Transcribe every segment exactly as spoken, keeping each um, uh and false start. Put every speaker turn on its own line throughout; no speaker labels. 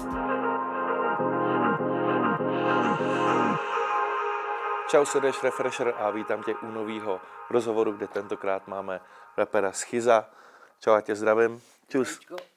Čau, srdeš Refresher a vítám tě u nového rozhovoru, kde tentokrát máme rapera Schiza. Čau, já tě zdravím. Čus.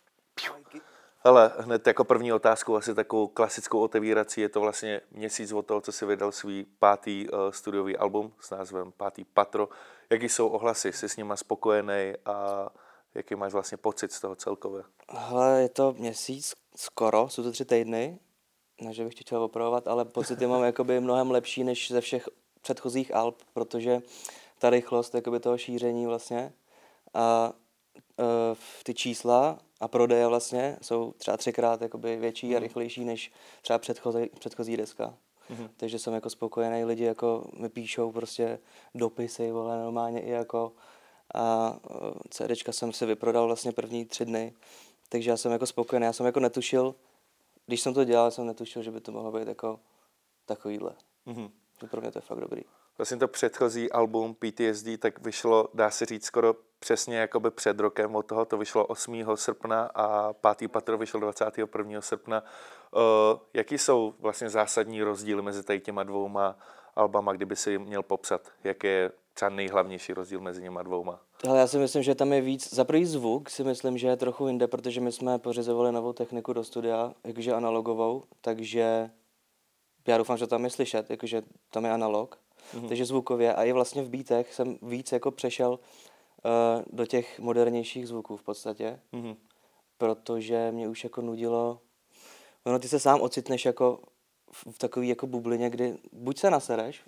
Hele, hned jako první otázku, asi takovou klasickou otevírací, je to vlastně měsíc od toho, co si vydal svůj pátý uh, studiový album s názvem Pátý patro. Jaký jsou ohlasy? Jsi s nima spokojený a jaký máš vlastně pocit z toho celkově?
Hele, je to měsíc skoro, jsou to tři týdny, ne, že bych tě chtěl opravovat, ale pocity mám jakoby mnohem lepší než ze všech předchozích alb, protože ta rychlost jakoby toho šíření vlastně a uh, ty čísla a prodeje vlastně jsou třeba třikrát jakoby větší mm. a rychlejší než třeba předchozí, předchozí deska. Mm-hmm. Takže jsem jako spokojený, lidi jako mi píšou prostě dopisy, vole, normálně i jako a CDčka jsem si vyprodal vlastně první tři dny, takže já jsem jako spokojený, já jsem jako netušil, když jsem to dělal, jsem netušil, že by to mohlo být jako takovýhle. Mm-hmm. Že pro mě to je fakt dobrý.
Vlastně to předchozí album P T S D tak vyšlo, dá se říct, skoro přesně jakoby před rokem od toho, to vyšlo osmého srpna a Pátý patro vyšlo dvacátého prvního srpna. Uh, jaký jsou vlastně zásadní rozdíly mezi tady těma dvouma albama, kdyby si měl popsat? Jaký je třeba nejhlavnější rozdíl mezi těma dvouma?
Ale já si myslím, že tam je víc, za první zvuk si myslím, že je trochu jinde, protože my jsme pořizovali novou techniku do studia, jakože analogovou, takže já doufám, že tam je slyšet, jakože tam je analog, mm-hmm. takže zvukově a i vlastně v beatech jsem víc jako přešel uh, do těch modernějších zvuků v podstatě, mm-hmm. protože mě už jako nudilo, no ty se sám ocitneš jako v, v takový jako bublině, kdy buď se nasereš,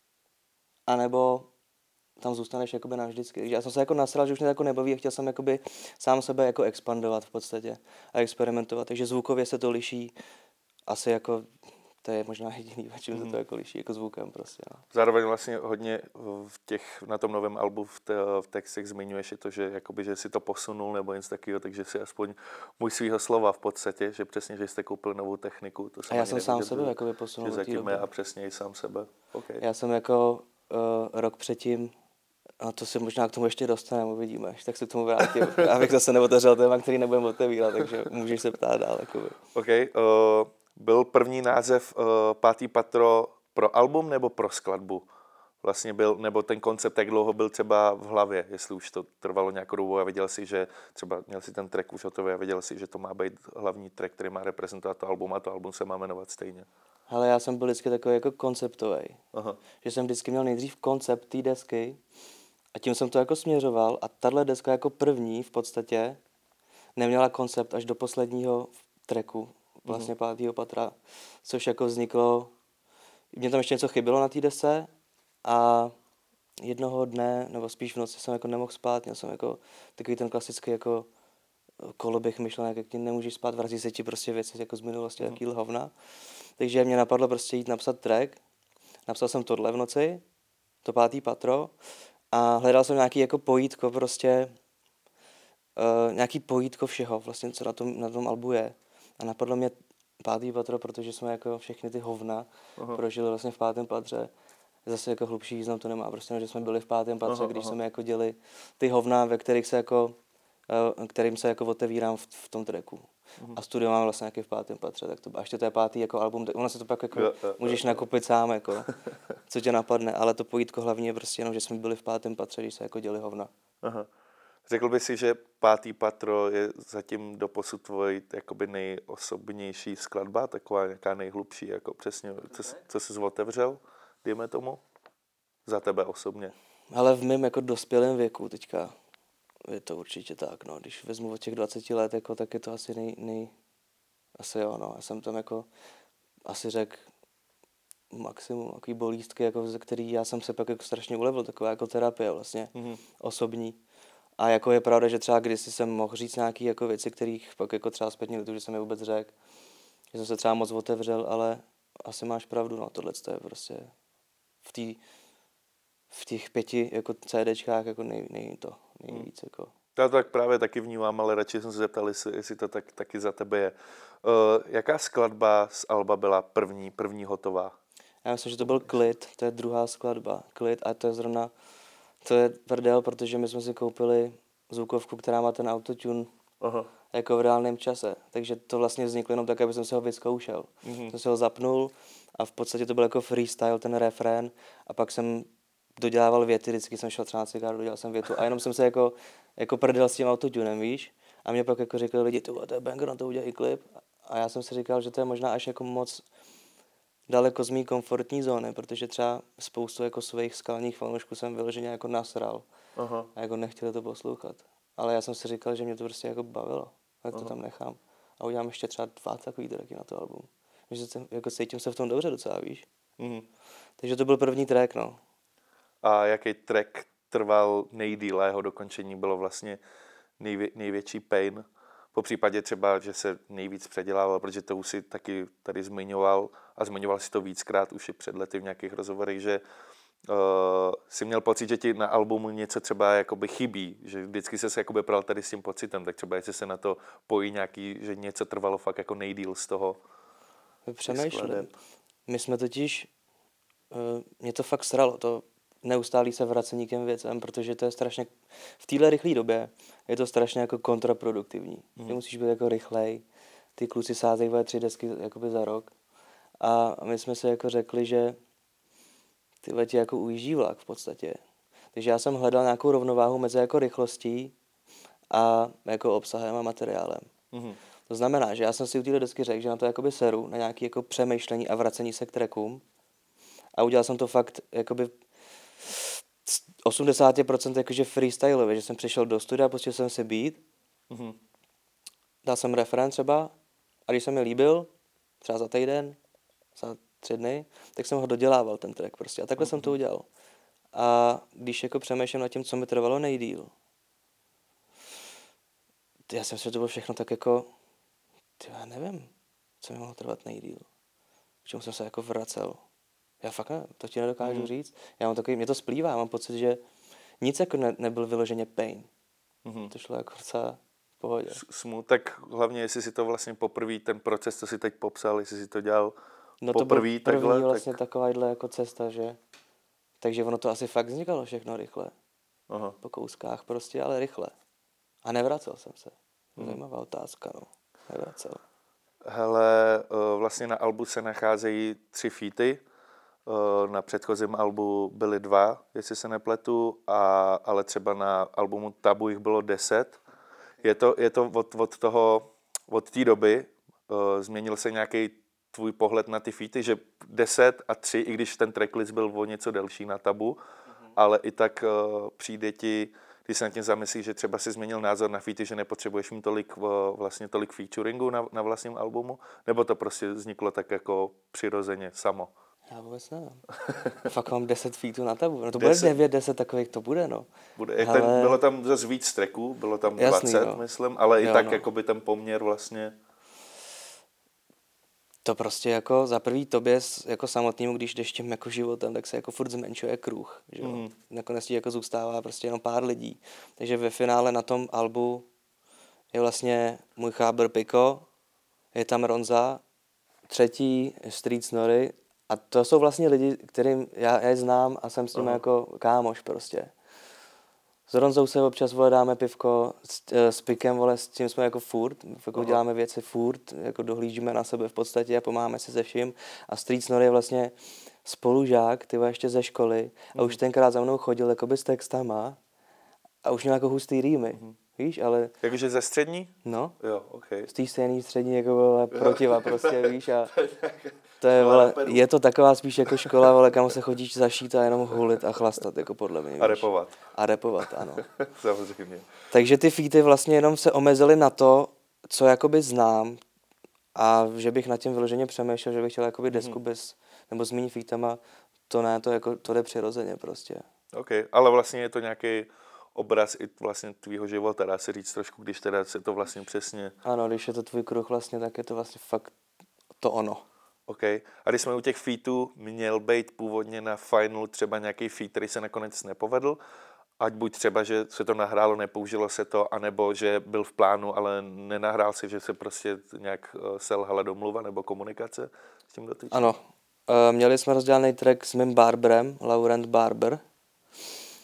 anebo tam zůstaneš jakoby navždycky. Takže já jsem se jako nasral, že už mě to jako nebaví a chtěl jsem jakoby sám sebe jako expandovat v podstatě a experimentovat. Takže zvukově se to liší asi jako, to je možná jediný, čím mm. se to jako liší, jako zvukem prostě. No.
Zároveň vlastně hodně v těch, na tom novém albu v, te, v textech zmiňuješ i to, že, jakoby, že si to posunul nebo něco takového, takže si aspoň můj svýho slova v podstatě, že přesně, že jste koupil novou techniku. To
a já jsem sám sebe jakoby posunul.
Že zatím je a přesně i sám sebe. Okay.
Já jsem jako uh, rok předtím, a to se možná k tomu ještě dostaneme, uvidíme, tak se k tomu vrátím, abych zase neotevřel téma, který nebudeme otevírat, takže můžeš se ptát dál. Jakoby.
OK. Uh, byl první název uh, Pátý patro pro album nebo pro skladbu? Vlastně byl, nebo ten koncept jak dlouho byl třeba v hlavě, jestli už to trvalo nějakou dobu a věděl si, že třeba měl si ten track už hotový a věděl si, že to má být hlavní track, který má reprezentovat to album a to album se má jmenovat stejně.
Hele, já jsem byl vždycky takový jako konceptový, že jsem vždycky měl nejdřív koncept té desky a tím jsem to jako směřoval a tahle deska jako první v podstatě neměla koncept až do posledního tracku, vlastně mm-hmm. Pátýho patra, což jako vzniklo, mě tam ještě něco chybělo na té desce a jednoho dne, nebo spíš v noci jsem jako nemohl spát, měl jsem jako takový ten klasický jako koloběh myšlenek, jak ti nemůžeš spát, vrací se ti prostě věci jako z minulosti, mm-hmm. taký hovna. Takže mě napadlo prostě jít napsat track, napsal jsem tohle v noci, to Pátý patro a hledal jsem nějaký jako pojítko prostě, uh, nějaký pojítko všeho vlastně, co na tom, na tom albu je. A napadlo mě Pátý patro, protože jsme jako všechny ty hovna aha. prožili vlastně v Pátém patře. Zase jako hlubší význam to nemá, prostě, že jsme byli v Pátém patře, aha, když aha. jsme jako děli ty hovna, ve kterých se jako, uh, kterým se jako otevírám v, v tom tracku. Uh-huh. A studio mám vlastně nějaký v Pátém patře, tak to a ještě to je pátý jako album, tak ono se to pak jako jo, jo, můžeš jo, nakupit jo. sám, jako, co tě napadne, ale to pojítko hlavně je prostě jenom, že jsme byli v Pátém patře, když se jako děli hovna.
Aha. Řekl bys si, že Pátý patro je zatím doposud tvoje jakoby nejosobnější skladba, taková nějaká nejhlubší, jako přesně, co, co jsi otevřel, dejme tomu, za tebe osobně?
Ale v mém jako dospělém věku teďka je to určitě tak, no, když vezmu od těch dvaceti let, jako, tak je to asi nej, nej, asi jo, no, já jsem tam jako asi řekl maximum, takový bolístky, jako, ze který já jsem se pak jako strašně ulevil, taková jako terapie vlastně, mm-hmm. osobní. A jako je pravda, že třeba kdysi jsem mohl říct nějaký jako věci, kterých pak jako třeba zpětně litu, že jsem je vůbec řekl, že jsem se třeba moc otevřel, ale asi máš pravdu, no, tohle je prostě v té v těch pěti jako CDčkách jako nej, nej to, nejvíc jako.
Já to tak právě taky vnímám, ale radši jsem se zeptal, jestli, jestli to tak, taky za tebe je. Uh, jaká skladba z alba byla první, první hotová?
Já myslím, že to byl Klid, to je druhá skladba. Klid a to je zrovna, to je prdel, protože my jsme si koupili zvukovku, která má ten autotune
Aha.
Jako v reálném čase. Takže to vlastně vzniklo jenom tak, aby jsem se ho vyzkoušel. Mm-hmm. Jsem se ho zapnul a v podstatě to byl jako freestyle, ten refrén, a pak jsem dodělával věty, vždycky jsem šel třeba na cigáru, dodělal jsem větu a jenom jsem se jako, jako prdel s tím autotunem, víš? A mě pak jako řekli lidi, to je banger, na to udělej klip. A já jsem si říkal, že to je možná až jako moc daleko z mý komfortní zóny, protože třeba spoustu jako svých skalních fanoušků jsem vyloženě jako nasral. Aha. A jako nechtěli to poslouchat. Ale já jsem si říkal, že mě to prostě jako bavilo, tak to Aha. tam nechám. A udělám ještě třeba dva takový tracky na to album. Takže se, jako cítím se v tom dobře docela, víš. Mhm. Takže to byl první track, no.
A jaký track trval nejdýle, jeho dokončení bylo vlastně nejvě, největší pain? Po případě třeba, že se nejvíc předělával, protože to už si taky tady zmiňoval a zmiňoval si to víckrát už i před lety v nějakých rozhovorech, že uh, si měl pocit, že ti na albumu něco třeba jakoby chybí, že vždycky se jakoby pral tady s tím pocitem, tak třeba jestli se na to pojí nějaký, že něco trvalo fakt jako nejdýl z toho.
Přemýšlím. My jsme totiž, uh, mě to fakt sralo, to neustálý se vracení k těm věcem, protože to je strašně, v téhle rychlé době je to strašně jako kontraproduktivní. Hmm. Ty musíš být jako rychlej, ty kluci sázejí tři desky jakoby za rok a my jsme si jako řekli, že tyhle ti jako ujíždí vlak v podstatě. Takže já jsem hledal nějakou rovnováhu mezi jako rychlostí a jako obsahem a materiálem. Hmm. To znamená, že já jsem si u téhle desky řekl, že na to jakoby seru, na nějaké jako přemýšlení a vracení se k trackům a udělal jsem to fakt jakoby osmdesát procent jakože freestyleově, že jsem přišel do studia, pustil jsem si beat, mm-hmm. dal jsem refrén třeba a když se mi líbil, třeba za týden, za tři dny, tak jsem ho dodělával ten track prostě a takhle mm-hmm. jsem to udělal. A když jako přemýšlím nad tím, co mi trvalo nejdýl, já jsem si, že to bylo všechno tak jako, ty, já nevím, co mi mohlo trvat nejdýl, k čemu jsem se jako vracel. Já fakt ne, to ti nedokážu mm. říct. Já mám takový, mě to splývá, já mám pocit, že nic jako ne, nebyl vyloženě pain. Mm. To šlo jako docela v pohodě.
Smutek, hlavně jestli si to vlastně poprvé, ten proces, co si teď popsal, jestli si to dělal
no
poprvé
to byl první
takhle,
vlastně
tak...
takováhle jako cesta, že? Takže ono to asi fakt vznikalo všechno rychle.
Aha.
Po kouskách prostě, ale rychle. A nevracel jsem se. Mm. Zajímavá otázka, no. Nevracel.
Hele, vlastně na albu se nacházejí tři featy. Na předchozím albu byly dva, jestli se nepletu, a, ale třeba na albumu Tabu jich bylo deset. Je to, je to od, od toho, od té doby, uh, změnil se nějaký tvůj pohled na ty featy, že deset a tři, i když ten tracklist byl o něco delší na Tabu, mm-hmm. ale i tak uh, přijde ti, když se nad tím zamyslíš, že třeba si změnil názor na featy, že nepotřebuješ mít tolik, uh, vlastně tolik featuringu na, na vlastním albumu, nebo to prostě vzniklo tak jako přirozeně samo?
Já vůbec nevím. Fakt mám deset featů na Tabu. No to bude devět, deset takových to bude, no.
Bude. Ale... Ten, bylo tam zase víc tracků, bylo tam
Jasný,
dvacet,
no.
myslím, ale jo, i tak
no.
jakoby ten poměr vlastně...
To prostě jako za prvý tobě jako samotnému, když jdeš tím jako životem, tak se jako furt zmenšuje kruh, že jo. Mm. Nakonec ti jako zůstává prostě jenom pár lidí. Takže ve finále na tom albu je vlastně můj chábr Piko, je tam Ronza, třetí Street Snory a to jsou vlastně lidi, kterým já, já je znám a jsem s tím jako kámoš prostě. S Ronzou se občas vole dáme pivko, s, s Pikem, vole, s tím jsme jako furt, jako děláme věci furt, jako dohlížíme na sebe v podstatě a pomáháme si se vším. A Street Snory je vlastně spolužák, ty ještě ze školy a mm. už tenkrát za mnou chodil jakoby s textama a už měl jako hustý rýmy, mm. víš, ale...
Jakože ze střední?
No,
jo, okay.
Z té stejné střední jako vole, protiva prostě, víš, a to je, vole, je to taková spíš jako škola, vole, kam se chodíš zašít a jenom hulit a chlastat, jako podle mě, víš.
A rapovat.
A rapovat, ano.
Samozřejmě.
Takže ty featy vlastně jenom se omezily na to, co jakoby znám a že bych nad tím vyloženě přemýšlel, že bych chtěl jakoby desku mm. bez, nebo s méně featama, to ne, to, jako, to jde přirozeně prostě.
OK, ale vlastně je to nějaký obraz i vlastně tvýho života, dá se říct trošku, když teda se to vlastně přesně...
Ano, když je to tvůj kruh vlastně, tak je to vlastně fakt to ono.
OK. A když jsme u těch featů, měl být původně na Final třeba nějaký feat, který se nakonec nepovedl, ať buď třeba, že se to nahrálo, nepoužilo se to, anebo že byl v plánu, ale nenahrál se, že se prostě nějak selhala domluva nebo komunikace s tím dotyčným?
Ano. Měli jsme rozdělaný track s mým barberem, Laurent Barber.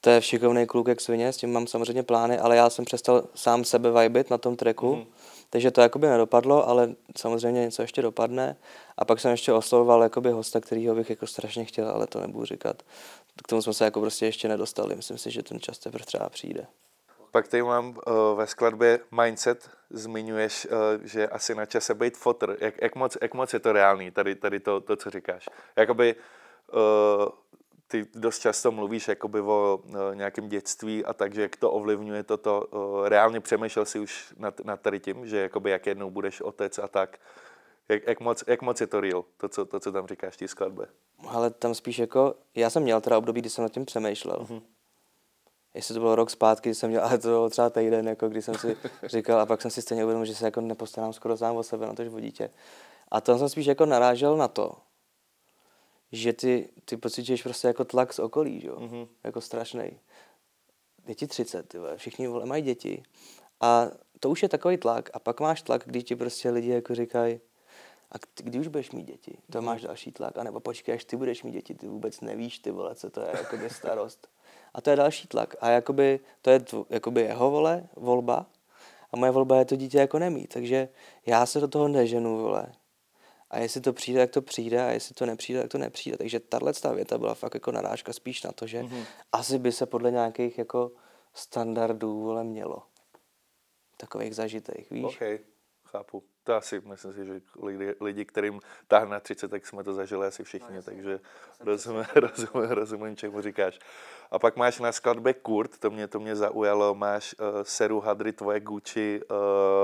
To je šikovný kluk jak svině, s tím mám samozřejmě plány, ale já jsem přestal sám sebe vibit na tom tracku, mm. takže to jakoby nedopadlo, ale samozřejmě něco ještě dopadne. A pak jsem ještě oslovoval jakoby hosta, kterýho bych jako strašně chtěl, ale to nebudu říkat. K tomu jsme se jako prostě ještě nedostali, myslím si, že ten čas teprve třeba přijde.
Pak tady mám uh, ve skladbě Mindset, zmiňuješ, uh, že asi na čase být fotr. Jak, jak, moc, jak moc je to reálný, tady, tady to, to, co říkáš? Jakoby uh, ty dost často mluvíš jakoby o uh, nějakém dětství a tak, že jak to ovlivňuje toto. Uh, reálně přemýšlel jsi už nad, nad tady tím, že jakoby jak jednou budeš otec a tak. Jak, jak, moc, jak moc je to real, to, co, to, co tam říkáš v té skladbě?
Ale tam spíš jako, já jsem měl teda období, kdy jsem nad tím přemýšlel. Mm-hmm. Jestli to bylo rok zpátky, kdy jsem měl, ale to bylo třeba týden, jako když jsem si říkal, a pak jsem si stejně uvědomil, že se jako nepostarám skoro sám o sebe, na tož o dítě. A tam jsem spíš jako narážel na to, že ty, ty pocituješ prostě jako tlak z okolí, jo? Mm-hmm. Jako strašnej. Je ti třicet, ty vole, všichni vole mají děti. A to už je takový tlak. A pak máš tlak, když ti prostě lidi jako říkají, a kdy už budeš mít děti, to máš další tlak. A nebo počkej, až ty budeš mít děti, ty vůbec nevíš, ty vole, co to je, jakoby starost. A to je další tlak. A jakoby, to je tvo, jakoby jeho vole, volba. A moje volba je to dítě jako nemít. Takže já se do toho neženu, vole. A jestli to přijde, tak to přijde, a jestli to nepřijde, tak to nepřijde. Takže tato věta byla fakt jako narážka spíš na to, že mm-hmm. asi by se podle nějakých jako standardů, vole, mělo. Takových zažitých, víš?
Okay. Chápu. To asi myslím si, že lidi, lidi kterým táhne na třicet, tak jsme to zažili asi všichni, no, takže rozumím, rozumím, rozumím, čemu říkáš. A pak máš na skladbě Kurt, to mě, to mě zaujalo, máš uh, Seru Hadry, tvoje Gucci, uh,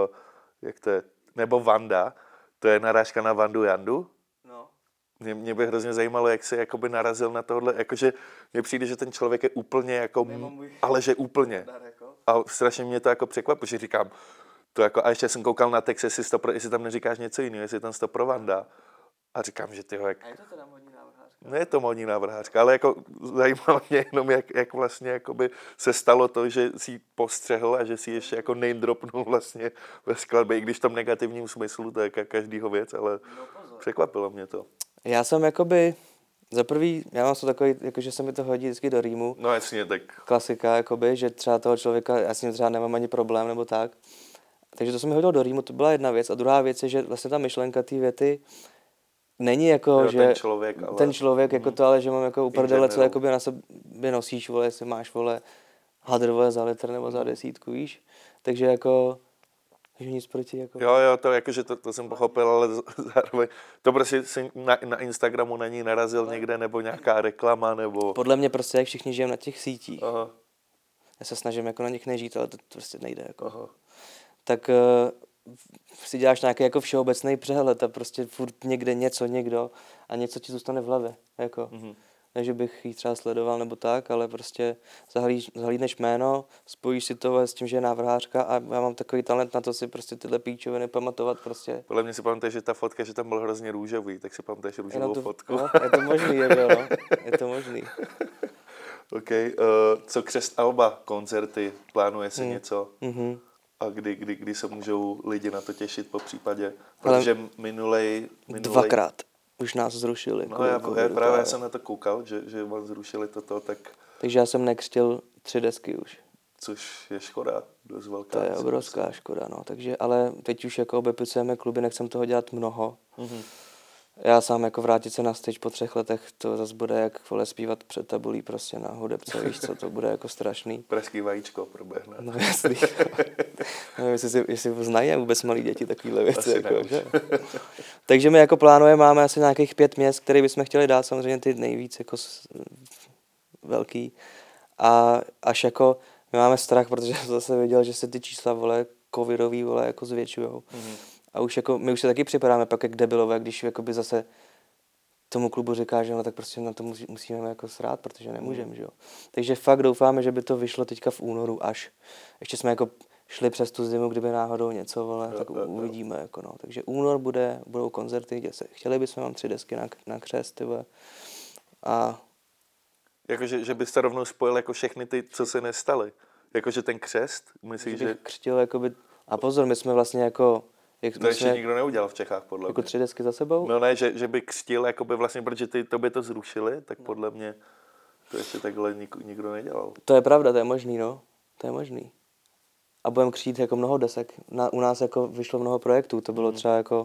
jak to je, nebo Vanda, to je narážka na Vandu Jandu.
No.
Mě, mě by hrozně zajímalo, jak se jakoby narazil na tohle, jakože mně přijde, že ten člověk je úplně jako, můj... ale že úplně. Jako. A strašně mě to jako překvapilo, že říkám, to jako, a ještě jsem koukal na text, jestli, pro, jestli tam neříkáš něco jiného, jestli tam sto pro Vanda. A říkám, že tyho, jak...
A je to teda modní návrhářka?
Ne je to modní návrhářka, ale jako zajímalo mě jenom, jak, jak vlastně jakoby se stalo to, že si ji postřehl a že si ještě jako name dropnul vlastně ve skladbě, i když v tom negativním smyslu, to je každýho věc, ale no, překvapilo mě to.
Já jsem jakoby... Za prvý, já mám to takový, jako, že se mi to hodí vždycky do rýmu.
No jasně, tak...
Klasika, jakoby, že třeba toho člověka, já s ním třeba nemám ani problém, nebo tak. Takže to se mi hodilo do rýmu, to byla jedna věc. A druhá věc je, že vlastně ta myšlenka té věty není jako,
jo,
že...
Ten člověk, ale...
Ten člověk, jako to, ale že mám jako uprdele, co jakoby na sobě nosíš, vole, jestli máš, vole, hadr, vole, za litr nebo za desítku, víš. Takže jako... Takže nic proti, jako...
Jo, jo, to jakože to, to jsem pochopil, ale zároveň to prostě si na, na Instagramu na ní narazil no. někde, nebo nějaká reklama, nebo...
Podle mě prostě, jak všichni žijeme na těch sítích.
Aha.
Já se snažím jako na nich nežít, ale to, to prostě nejde, jako.
Aha.
Tak uh, si děláš nějaký jako všeobecný přehled a prostě furt někde něco, někdo a něco ti zůstane v hlavě, jako. Mm-hmm. Ne, že bych ji třeba sledoval nebo tak, ale prostě zahlíž, zahlídneš jméno, spojíš si to s tím, že je návrhářka a já mám takový talent na to si prostě tyhle píčoviny pamatovat prostě.
Podle mě si pamatuješ, že ta fotka, že tam byl hrozně růžový, tak si pamatuješ růžovou
to,
fotku.
No, je to možný, je to, no. Je to možný.
OK, uh, co křest alba, koncerty, plánuje se hmm. něco? Mm-hmm. A kdy, kdy, kdy se můžou lidi na to těšit po případě? Protože minulej... minulej...
Dvakrát. Už nás zrušili.
No já, já právě já jsem na to koukal, že, že vám zrušili toto, tak...
Takže já jsem nekřtil tři desky už.
Což je škoda, dost velká.
To je obrovská myslím. škoda, no. Takže, ale teď už jako obepicujeme kluby, nechcem toho dělat mnoho. Mm-hmm. Já sám jako vrátit se na stage po třech letech, to zase bude jak vole zpívat před tabulí prostě na hudebce, víš co, to bude jako strašný.
Pražský vajíčko proběhne.
No jasný. Nevím, jestli, si, jestli znají vůbec malí děti takovýhle věci. Jako, že? Takže my jako plánujeme, máme asi nějakých pět měst, které bychom chtěli dát, samozřejmě ty nejvíc jako velký. A až jako, my máme strach, protože jsem zase viděl, že se ty čísla, vole, covidový, vole, jako zvětšujou. Mm-hmm. A už jako, my už se taky připadáme pak jak debilové, když jakoby zase tomu klubu říká, že no tak prostě na to musí, musíme jako srát, protože nemůžeme, že jo. Takže fakt doufáme, že by to vyšlo teďka v únoru až. Ještě jsme jako šli přes tu zimu, kdyby náhodou něco, vole, tak uvidíme, jako no. Takže únor bude, budou koncerty, kde se, chtěli bychom mám tři desky na, na křest, tyhle. A...
Jakože, že byste rovnou spojil jako všechny ty, co se nestaly. Jakože ten křest, myslíš, že...
křtil, jakoby... A pozor, my jsme vlastně jako...
Jak to ještě jsme... nikdo neudělal v Čechách, podle
jako mě. Jako tři desky za sebou?
No ne, že, že by křtil, jakoby vlastně, protože ty, tobě to zrušili, tak podle mě... To ještě takhle nik- nikdo nedělal.
To je pravda, to je možný, no. To je možný. A budeme křít jako mnoho desek. Na, u nás jako vyšlo mnoho projektů, to bylo hmm. třeba jako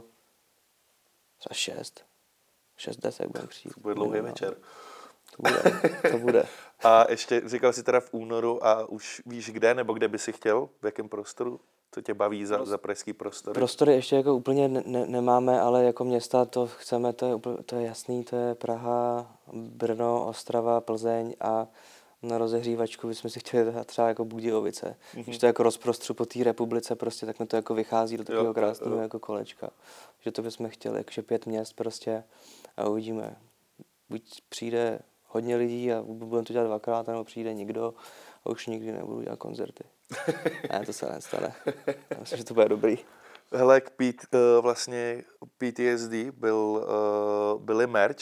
třeba šest. Šest desek budeme křít.
To bude dlouhý večer.
To bude, to bude.
A ještě říkal jsi teda v únoru a už víš kde, nebo kde by si chtěl, v jakém prostoru? Co tě baví za, za pražský prostory?
Prostory ještě jako úplně ne, ne, nemáme, ale jako města to chceme, to je, úplně, to je jasný, to je Praha, Brno, Ostrava, Plzeň a na rozehřívačku bychom si chtěli dát třeba jako Budějovice. Mm-hmm. Když to jako rozprostřu po té republice prostě, tak mi to jako vychází do takového krásného jako kolečka. Že to bychom chtěli, jakože pět měst prostě a uvidíme. Buď přijde hodně lidí a budeme to dělat dvakrát, nebo přijde nikdo a už nikdy nebudu dělat koncerty. Ne, to se nestane. Já myslím, že to bude dobrý.
Hele, k P T, vlastně P T S D byl, byly merch,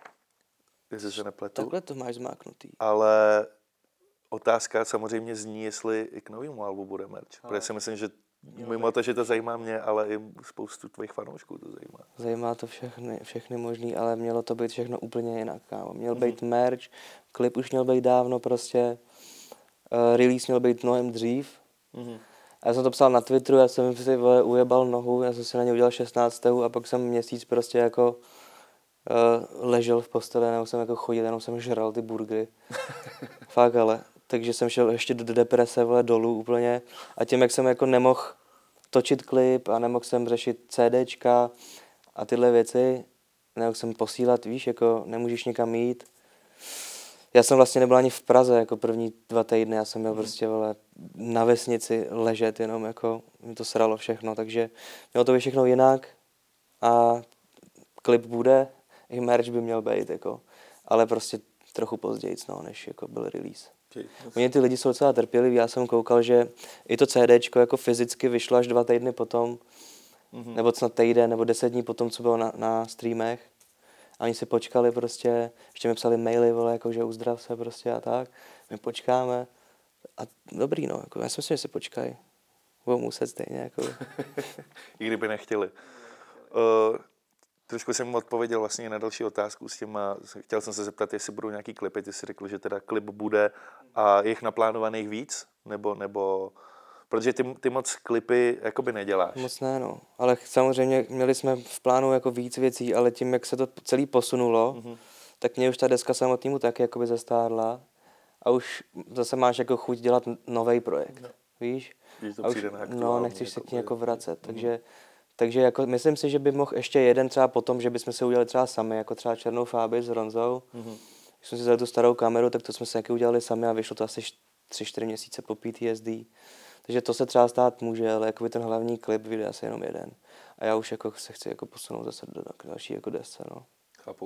jestli se nepletu.
Takhle to máš zmáknutý.
Ale otázka samozřejmě zní, jestli i k novému albu bude merch. Protože si myslím, že mimo to, že to zajímá mě, ale i spoustu tvých fanoušků to zajímá.
Zajímá to všechny, všechny možný, ale mělo to být všechno úplně jinak. Kámo. Měl mm-hmm. být merch, klip už měl být dávno prostě, uh, release měl být mnohem dřív. Mm-hmm. A já jsem to psal na Twitteru, já jsem si ujebal nohu, já jsem si na ně udělal šestnáctou a pak jsem měsíc prostě jako uh, ležel v posteli, nebo jsem jako chodil, jenom jsem žral ty burgery. Fakt ale. Takže jsem šel ještě do deprese, vole, dolů úplně. A tím, jak jsem jako nemohl točit klip a nemohl jsem řešit CDčka a tyhle věci, nemohl jsem posílat, víš, jako nemůžeš nikam jít. Já jsem vlastně nebyl ani v Praze, jako první dva týdny, já jsem měl hmm. prostě, vole, na vesnici ležet, jenom jako mi to sralo všechno, takže mělo to být všechno jinak a klip bude, i merch by měl být, jako, ale prostě trochu později, no, než jako byl release. Oni ty lidi jsou docela trpěliví, já jsem koukal, že i to CDčko jako fyzicky vyšlo až dva týdny potom, mm-hmm. nebo snad týden, nebo deset dní potom, co bylo na, na streamech. A oni si počkali prostě, ještě mi psali maily, vole, jako, že uzdrav se prostě a tak. My počkáme a dobrý, no, jako, já si myslím, že si počkají. Budou muset stejně, jako.
I kdyby nechtěli. Uh... Trošku jsem mu odpověděl vlastně na další otázku s těma, chtěl jsem se zeptat, jestli budou nějaký klipy, ty jsi řekl, že teda klip bude a je jich naplánovaných víc, nebo, nebo, protože ty, ty moc klipy jakoby neděláš.
Moc ne, no, ale samozřejmě měli jsme v plánu jako víc věcí, ale tím, jak se to celý posunulo, mm-hmm. tak mě už ta deska samotnému taky jakoby zastárla a už zase máš jako chuť dělat nový projekt, no. Víš?
Když to
a už,
přijde na
no, nechceš se k ní jako vracet, mm-hmm. takže Takže jako myslím si, že by mohl ještě jeden třeba potom, že bychom se udělali třeba sami, jako třeba Černou Fábi s Ronzou. Mm-hmm. Když jsme si vzali tu starou kameru, tak to jsme se taky udělali sami a vyšlo to asi tři čtyři měsíce po P T S D. Takže to se třeba stát může, ale jako by ten hlavní klip vyjde asi jenom jeden. A já už jako se chci jako posunout zase do další jako desce, no.
Chápu.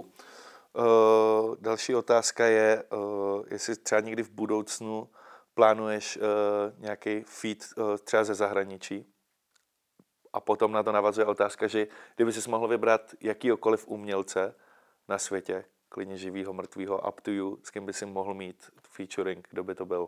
Uh, další otázka je, uh, jestli třeba někdy v budoucnu plánuješ uh, nějaký feat uh, třeba ze zahraničí. A potom na to navazuje otázka, že kdyby jsi mohl vybrat jakýkoliv umělce na světě, klidně živýho, mrtvýho, up to you, s kým by si mohl mít featuring, kdo by to byl?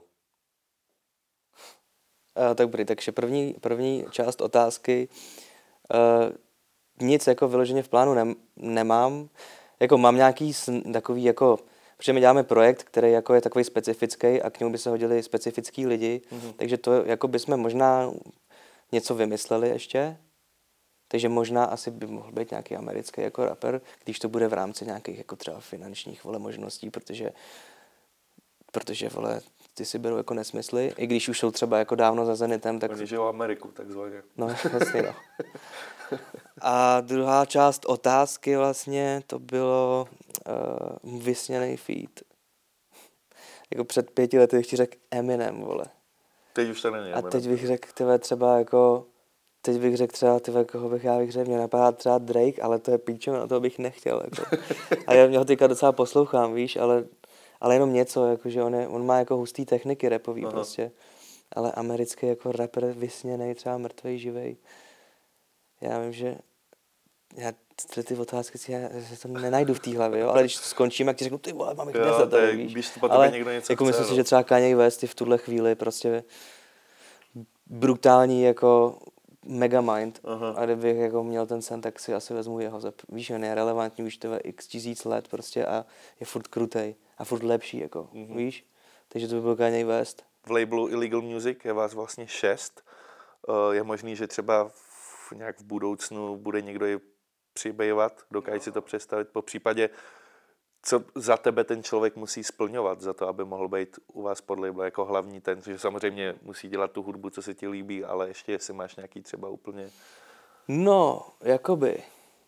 Uh, tak dobrý, takže první, první část otázky. Uh, nic jako vyloženě v plánu ne, nemám. Jako mám nějaký sn, takový jako, protože my děláme projekt, který jako je takový specifický a k němu by se hodili specifický lidi, mm-hmm. takže to jako bychom možná něco vymysleli ještě, takže možná asi by mohl být nějaký americký jako rapper, když to bude v rámci nějakých jako třeba finančních, vole, možností, protože protože, vole, ty si berou jako nesmysly, i když už jsou třeba jako dávno za Zenitem, tak...
Oni žijou Ameriku, takzvaně.
No, vlastně, no. A druhá část otázky vlastně, to bylo uh, vysněný feat. Jako před pěti lety bych ti řekl Eminem, vole.
Teď už to není Eminem.
A teď bych řekl tebe třeba jako, teď bych řekl třeba tebe, koho bych já bych řekl, mě napadá třeba Drake, ale to je píčo, na toho bych nechtěl, jako. A já mě ho teďka docela poslouchám, víš, ale, ale jenom něco, jako, že on, je, on má jako hustý techniky rapový. Aha. Prostě, ale americký jako rapper vysněnej, třeba mrtvej, živej. Já vím, že já ty, ty otázky si, já, já to nenajdu v té hlavě, jo? Ale když to skončím, jak ti řeknu, ty vole, mám jich deset, tady, víš.
Když to potom
ale
někdo něco
jako
chce,
myslím
no.
si, že třeba Kanye West je v tuhle chvíli prostě brutální jako megamind. Aha. A kdybych jako měl ten sen, tak si asi vezmu jeho. Víš, on je relevantní už tebe x tisíc let prostě a je furt krutej. a furt lepší, jako, mm-hmm. víš? Takže to by byl Kanye West.
V labelu Illegal Music je vás vlastně šest. Je možný, že třeba v, nějak v budoucnu bude někdo i přibývat, dokážeš si to představit, po případě, co za tebe ten člověk musí splňovat za to, aby mohl být u vás pod label jako hlavní ten, že samozřejmě musí dělat tu hudbu, co se ti líbí, ale ještě jestli máš nějaký třeba úplně...
No, jakoby.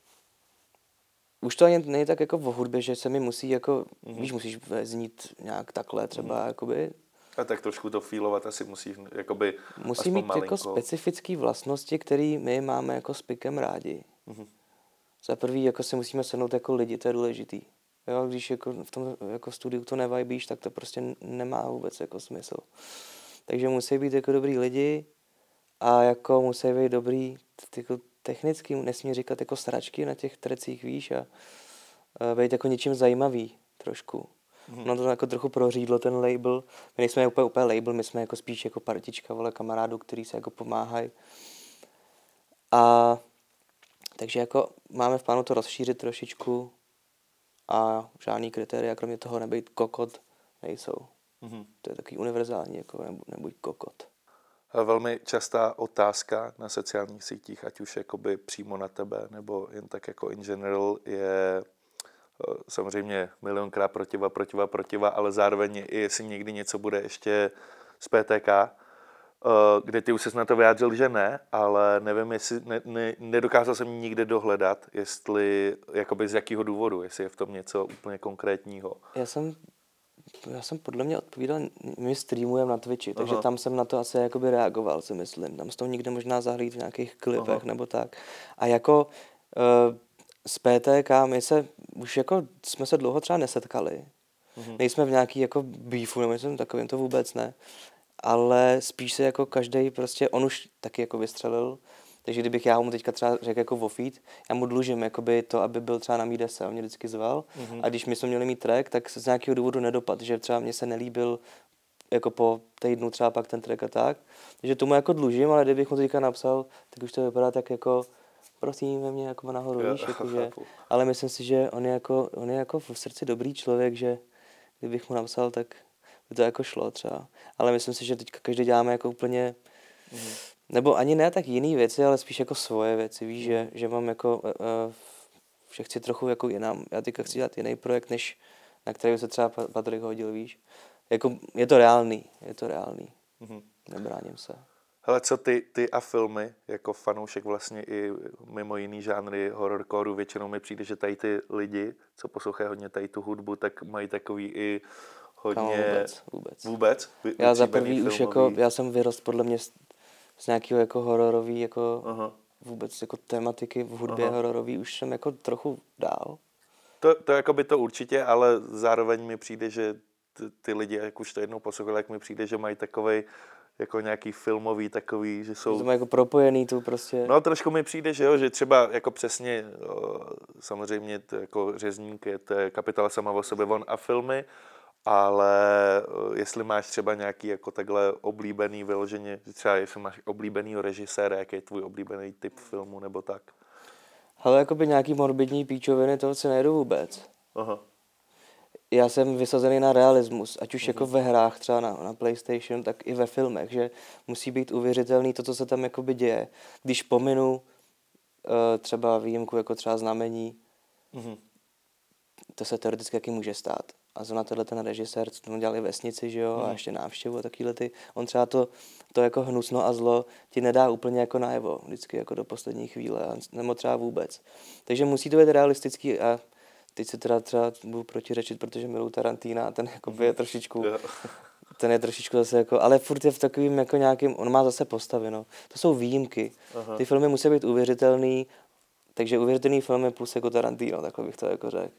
Už to ani není tak jako v hudbě, že se mi musí jako, mm-hmm. víš, musíš znít nějak takhle třeba, mm-hmm. jakoby.
A tak trošku to feelovat asi musíš, jakoby
musí mít malinko. Jako specifické vlastnosti, které my máme jako s Pikem rádi. Mm-hmm. Za prvý jako se musíme sednout jako lidi, to je důležitý. Jo, když jako v tom jako studiu to nevibíš, tak to prostě nemá vůbec jako smysl. Takže musí být jako dobrý lidi a jako musí být dobrý jako technicky, nesmí říkat jako sračky na těch trecích, víš, a, a být jako něčím zajímavý trošku. Hmm. No to jako trochu prořídlo ten label. My nejsme úplně, úplně label, my jsme jako spíš jako partička, vole, kamarádů, který se jako pomáhají. A takže jako máme v plánu to rozšířit trošičku a žádný kritéria, kromě toho nebejt kokot, nejsou. Hmm. To je takový univerzální, jako nebuď kokot.
Velmi častá otázka na sociálních sítích, ať už jakoby přímo na tebe, nebo jen tak jako in general, je samozřejmě milionkrát protiva, protiva, protiva, ale zároveň i jestli někdy něco bude ještě z P T K, kde ty už ses na to vyjádřil, že ne, ale nevím, jestli ne, ne, nedokázal jsem nikde dohledat, jestli, jakoby z jakého důvodu, jestli je v tom něco úplně konkrétního.
Já jsem Já jsem podle mě odpovídal, my streamujeme na Twitchi, takže Aha. tam jsem na to asi jakoby reagoval, si myslím. Tam se to někde možná zahlít v nějakých klipech Aha. nebo tak. A jako uh, s P T K my se, už jako jsme se dlouho třeba nesetkali. Mhm. Nejsme v nějaký jako beefu, nebo jsem takovým, to vůbec ne. Ale spíš se jako každej prostě, on už taky jako vystřelil. Takže kdybych já mu teďka třeba řekl jako vofít, já mu dlužím jakoby to, aby byl třeba na mý dese, on mě vždycky zval. Mm-hmm. A když my jsme měli mít track, tak z nějakého důvodu nedopad, že třeba mě se nelíbil jako po týdnu třeba pak ten track a tak. Takže tomu jako dlužím, ale kdybych mu teďka napsal, tak už to vypadá tak jako prosím mě jako nahoru, víš, jakože, ale myslím si, že on je, jako, on je jako v srdci dobrý člověk, že kdybych mu napsal, tak by to jako šlo třeba. Ale myslím si, že teďka každý děláme jako úplně mm-hmm. nebo ani ne tak jiný věci, ale spíš jako svoje věci, víš, že, že mám jako, uh, že chci trochu jako jinam, já teďka chci dělat jiný projekt, než na který se třeba Patrik hodil, víš. Jako, je to reálný, je to reálný, mm-hmm. nebráním se.
Hele, co ty, ty a filmy, jako fanoušek vlastně i mimo jiný žánry horrorcoreu, většinou mi přijde, že tady ty lidi, co poslouchají hodně tady tu hudbu, tak mají takový i hodně...
No, vůbec, vůbec.
Vůbec? Vy,
já za prvý už jako, já jsem vyrost podle mě z nějakého jako hororový, jako Aha. vůbec jako tematiky v hudbě Aha. hororový, už jsem jako trochu dál.
To, to jako by to určitě, ale zároveň mi přijde, že ty, ty lidi, jak už to jednou poslouchali, jak mi přijde, že mají takovej jako nějaký filmový takový, že jsou...
Že to mají jako propojený tu prostě...
No trošku mi přijde, že jo, že třeba jako přesně, samozřejmě to jako řezník je to je kapitola sama o sobě, on a filmy, ale jestli máš třeba nějaký jako takhle oblíbený vyloženě, třeba jestli máš oblíbenýho režiséra, jaký je tvůj oblíbený typ filmu nebo tak?
Ale jakoby nějaký morbidní píčoviny, toho si nejdu vůbec. Aha. Já jsem vysazený na realismus, ať už uh-huh. jako ve hrách třeba na, na PlayStation, tak i ve filmech, že musí být uvěřitelný to, co se tam jakoby děje. Když pominu uh, třeba výjimku jako třeba Znamení, uh-huh. to se teoreticky jaký může stát. A zrovna tenhle ten režisér, co tam dělali Vesnici, že jo, hmm. a ještě Návštěvu a takovýhle ty, on třeba to, to jako hnusno a zlo ti nedá úplně jako najevo, vždycky jako do poslední chvíle, nebo třeba vůbec. Takže musí to být realistický a teď se teda třeba budu protiřečit, protože miluji Tarantina a ten jako je trošičku, ten je trošičku zase jako, ale furt je v takovým jako nějakým, on má zase postavy, no. To jsou výjimky. Aha. Ty filmy musí být uvěřitelný, takže uvěřitelný filmy plus jako Tarantino, takhle bych to jako řekl.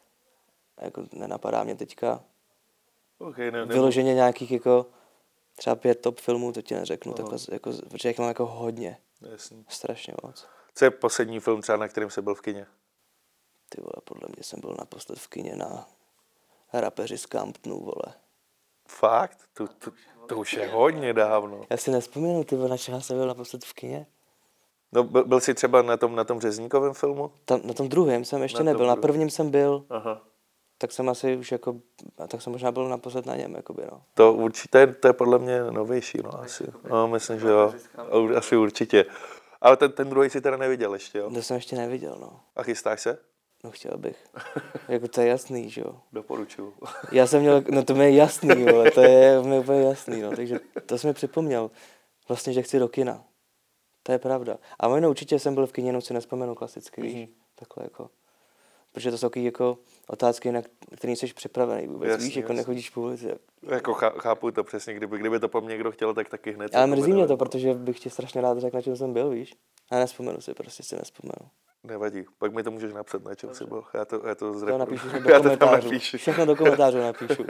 Jako nenapadá mě teďka okay, ne, vyloženě nějakých jako třeba pět top filmů, to ti neřeknu, takhle, jako, protože jak mám jako hodně.
Jasný.
Strašně moc.
Co je poslední film třeba, na kterém jsi byl v kině?
Ty vole, podle mě jsem byl naposled v kině na Rapeři z Camptonu, vole.
Fakt? To, to, to už je hodně dávno.
Já si nespomínám, ty vole, na čeho jsem byl naposled v kině.
No, byl, byl jsi třeba na tom, na tom Řezníkovém filmu?
Tam, na tom druhém jsem ještě na nebyl, na prvním jsem byl.
Aha.
tak jsem asi už jako, tak jsem možná byl naposled na něm, jakoby, no.
To určitě, to je podle mě novější, no asi. No, myslím, že jo. Asi určitě. Ale ten, ten druhý si teda neviděl ještě, jo?
To jsem ještě neviděl, no.
A chystáš se?
No chtěl bych. Jako to je jasný, že jo.
Doporučuju.
Já jsem měl, no to mi je jasný, vole, to je mi úplně jasný, no, takže to jsem mi připomněl. Vlastně, že chci do kina. To je pravda. A možná určitě jsem byl v kině, jenom si nespomenu klasicky, víš, mm-hmm. takhle jako. Protože to jsou taky jako otázky, na které jsi připravený vůbec, jasný, víš, jako jasný. Nechodíš po ulici.
Jako chápu to přesně, kdyby, kdyby to po mně někdo chtěl, tak taky hned.
Ale mrzí mě to, protože bych ti strašně rád řekl, na čem jsem byl, víš. A nespomenu si, prostě si nespomenu.
Nevadí, pak mi to můžeš napsat, na čem Dobře. Jsi byl. Já to, já to, zrep...
to napíšu do já to tam napíšu. Všechno do komentářů napíšu.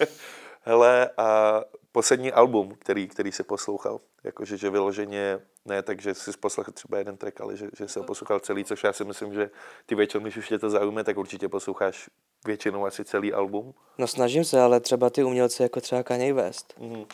Hele, a poslední album, který, který jsi poslouchal, jakože že vyloženě, ne tak, že jsi poslouchal třeba jeden track, ale že, že jsi ho poslouchal celý, což já si myslím, že ty většinou, když už tě to zaujme, tak určitě posloucháš většinou asi celý album.
No snažím se, ale třeba ty umělci jako třeba Kanye West.
Mm.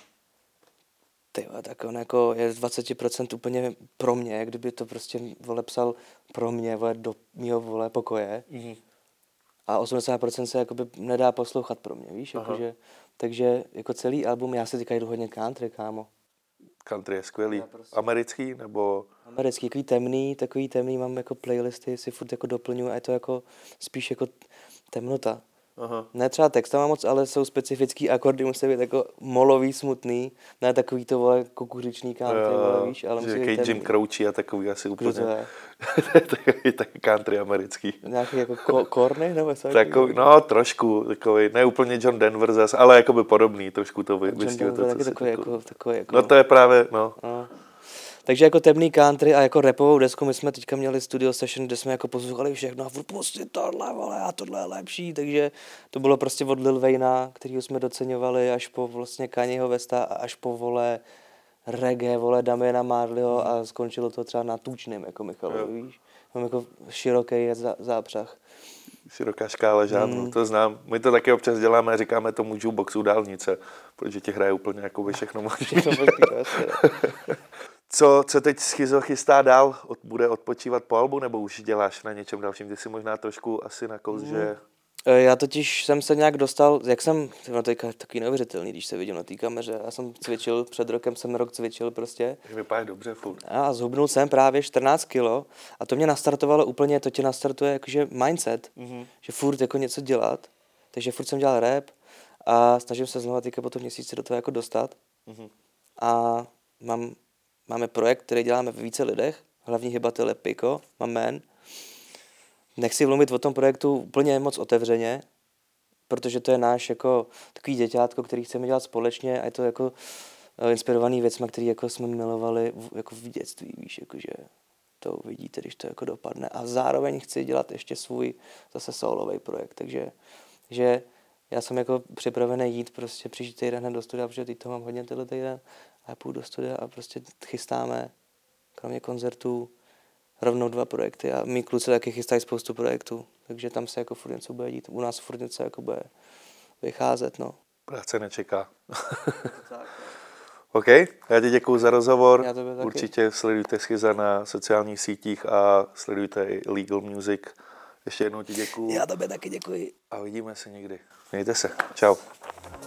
Ty, tak on jako je dvacet procent úplně pro mě, jak kdyby to prostě vole psal pro mě, vole, do mýho vole pokoje. Mm. A osmdesát procent se jakoby nedá poslouchat pro mě, víš, jakože, takže jako celý album, já se teďka jdu hodně country, kámo.
Country je skvělý. Prostě. Americký nebo?
Americký, takový temný, takový temný, mám jako playlisty, si furt jako doplňuji a je to jako spíš jako temnota. Aha. Ne třeba textama moc, ale jsou specifický akordy, musí být jako molový, smutný, ne takový to vole kukuřiční country, vole, víš, ale musí být temný.
Jim Croce a takový asi úplně.
Kdo to je?
takový taky country americký.
Nějaký jako ko- korny nebo co?
Takový, no trošku, takový, ne úplně John Denver zas, ale jakoby podobný, trošku to vystihuje to, co
taky takový, jako, takový jako...
No to je právě, no.
no. Takže jako temný country a jako rapovou desku, my jsme teďka měli studio session, kde jsme jako poslouchali všechno a furt pusti tohle, vole, a tohle je lepší, takže to bylo prostě od Lil Wayna, kterýho jsme doceňovali, až po vlastně Kanyeho Westa a až po, vole, reggae, vole, Damiana Marleyho a skončilo to třeba na Tučným, jako Michal, víš? Mám jako široký zá, zápřah.
Široká škála žánrů, mm. to znám. My to taky občas děláme, říkáme tomu jukeboxu dálnice, protože ti hraje úplně jakoby všechno možný. Co, co teď Schizo chystá dál? Od, bude odpočívat po albu, nebo už děláš na něčem dalším? Ty si možná trošku asi nakous, mm. že...
Já totiž jsem se nějak dostal, jak jsem, no to je takový neuvěřitelný, když se vidím na té kameře, já jsem cvičil, před rokem jsem rok cvičil prostě.
Vypadá dobře furt.
A zhubnul jsem právě čtrnáct kilo a to mě nastartovalo úplně, to tě nastartuje jakože mindset, mm-hmm. že furt jako něco dělat, takže furt jsem dělal rap a snažím se znovu teďka po tom měsíci do toho jako dostat. Mm-hmm. A mám, máme projekt, který děláme ve více lidech, hlavní hybatel je Piko, mám man. Nechci mluvit o tom projektu úplně moc otevřeně, protože to je náš jako takový děťátko, který chceme dělat společně a je to jako inspirovaný věcmi, který jako jsme milovali v, jako v dětství, víš, jakože to uvidíte, když to jako dopadne. A zároveň chci dělat ještě svůj zase solový projekt, takže že já jsem jako připravený jít prostě příští týden hned do studia, protože teď to mám hodně tenhle týden a já půjdu do studia a prostě chystáme, kromě koncertů, rovnou dva projekty a mý kluci taky chystají spoustu projektů, takže tam se jako furt něco bude dít. U nás furt něco jako bude vycházet, no.
Práce nečeká. OK, já ti děkuju za rozhovor. Určitě sledujte Schiza na sociálních sítích a sledujte i Legal Music. Ještě jednou ti děkuju.
Já tobě taky děkuji.
A vidíme se někdy. Mějte se. Čau.